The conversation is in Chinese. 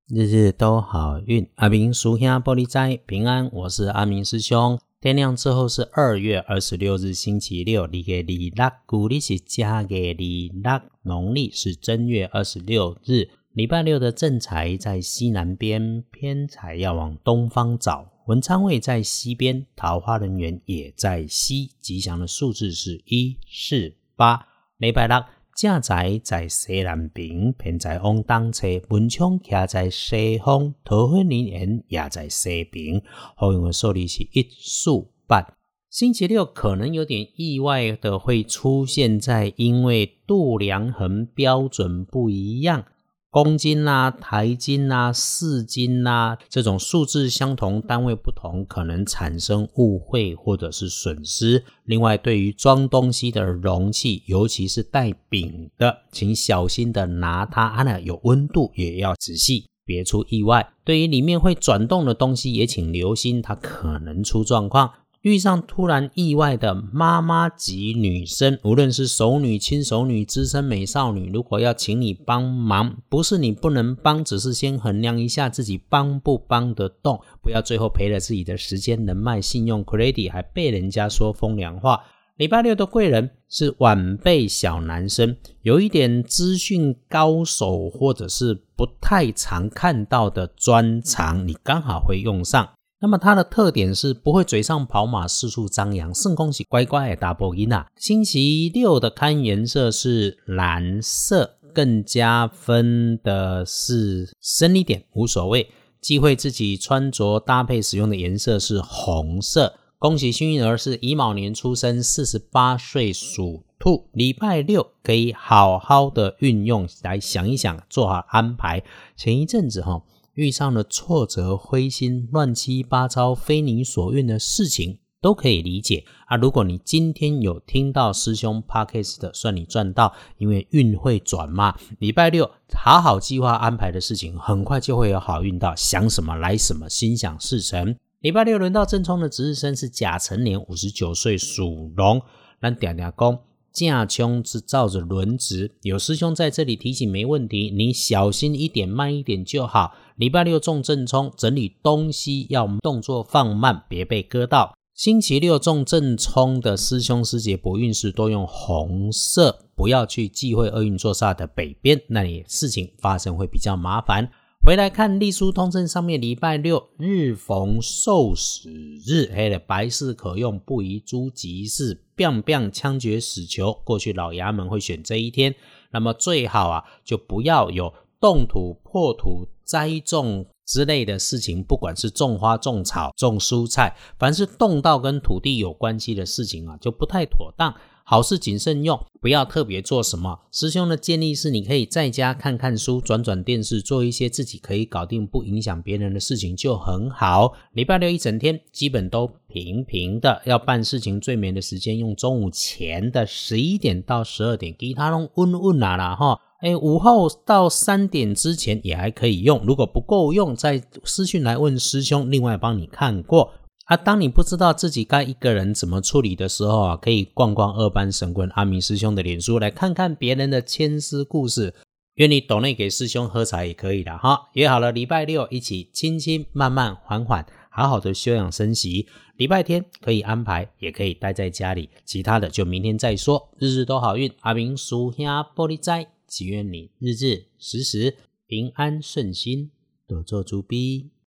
日日都好运，阿明属兄玻璃斋平安，我是阿明师兄。天亮之后是2月26日星期六，日月26，古历是甲月26，农历是正月26日。礼拜六的正财在西南边，偏财要往东方找。文昌位在西边，桃花人缘也在西，吉祥的数字是1、4、8。礼拜六正财在西南边，偏财往东侧，文昌徛在西方，桃花人缘也在西边。好运的数字是1、4、8。星期六可能有点意外的会出现在，因为度量衡标准不一样，公斤啦、台斤啦、市斤啦，这种数字相同单位不同，可能产生误会或者是损失。另外，对于装东西的容器，尤其是带柄的，请小心的拿它，有温度也要仔细，别出意外。对于里面会转动的东西，也请留心，它可能出状况。遇上突然意外的妈妈级女生，无论是熟女、亲熟女、资深美少女，如果要请你帮忙，不是你不能帮，只是先衡量一下自己帮不帮得动，不要最后赔了自己的时间、人脉、信用 credit， 还被人家说风凉话。礼拜六的贵人是晚辈小男生，有一点资讯高手或者是不太常看到的专长，你刚好会用上。那么它的特点是不会嘴上跑马四处张扬，算讲是乖乖的大波囡仔。星期六的看颜色是蓝色，更加分的是深一点无所谓，忌讳自己穿着搭配使用的颜色是红色。恭喜幸运儿是乙卯年出生，48岁属兔。礼拜六可以好好的运用来想一想，做好安排。前一阵子遇上了挫折、灰心、乱七八糟、非你所愿的事情，都可以理解啊。如果你今天有听到师兄 Podcast 的，算你赚到，因为运会转嘛。礼拜六好好计划安排的事情，很快就会有好运到，想什么来什么，心想事成。礼拜六轮到正冲的值日生是甲辰年，59岁属龙。咱常常说正冲是照着轮值，有师兄在这里提醒没问题，你小心一点，慢一点就好。礼拜六中正冲，整理东西要动作放慢，别被割到。星期六中正冲的师兄师姐博运势多用红色，不要去忌讳厄运坐煞的北边，那里事情发生会比较麻烦。回来看历书通胜上面，礼拜六日逢受死日，黑的白事可用，不宜诸吉事，biang biang枪决死囚，过去老衙门会选这一天。那么最好就不要有动土、破土、栽种之类的事情，不管是种花、种草、种蔬菜，凡是动到跟土地有关系的事情就不太妥当。好事谨慎用，不要特别做什么。师兄的建议是，你可以在家看看书，转转电视，做一些自己可以搞定不影响别人的事情就很好。礼拜六一整天基本都平平的，要办事情最美的时间用中午前的11点到12点，其他都稳啦午后到3点之前也还可以用，如果不够用再私讯来问师兄，另外帮你看过。当你不知道自己该一个人怎么处理的时候可以逛逛二班神棍阿明师兄的脸书，来看看别人的牵丝故事。愿你抖内给师兄喝茶也可以啦约好了礼拜六一起轻轻慢慢缓缓好好的休养生息。礼拜天可以安排，也可以待在家里，其他的就明天再说。日日都好运，阿明属兄玻璃斋，祈愿你日日时时平安顺心，多做主逼。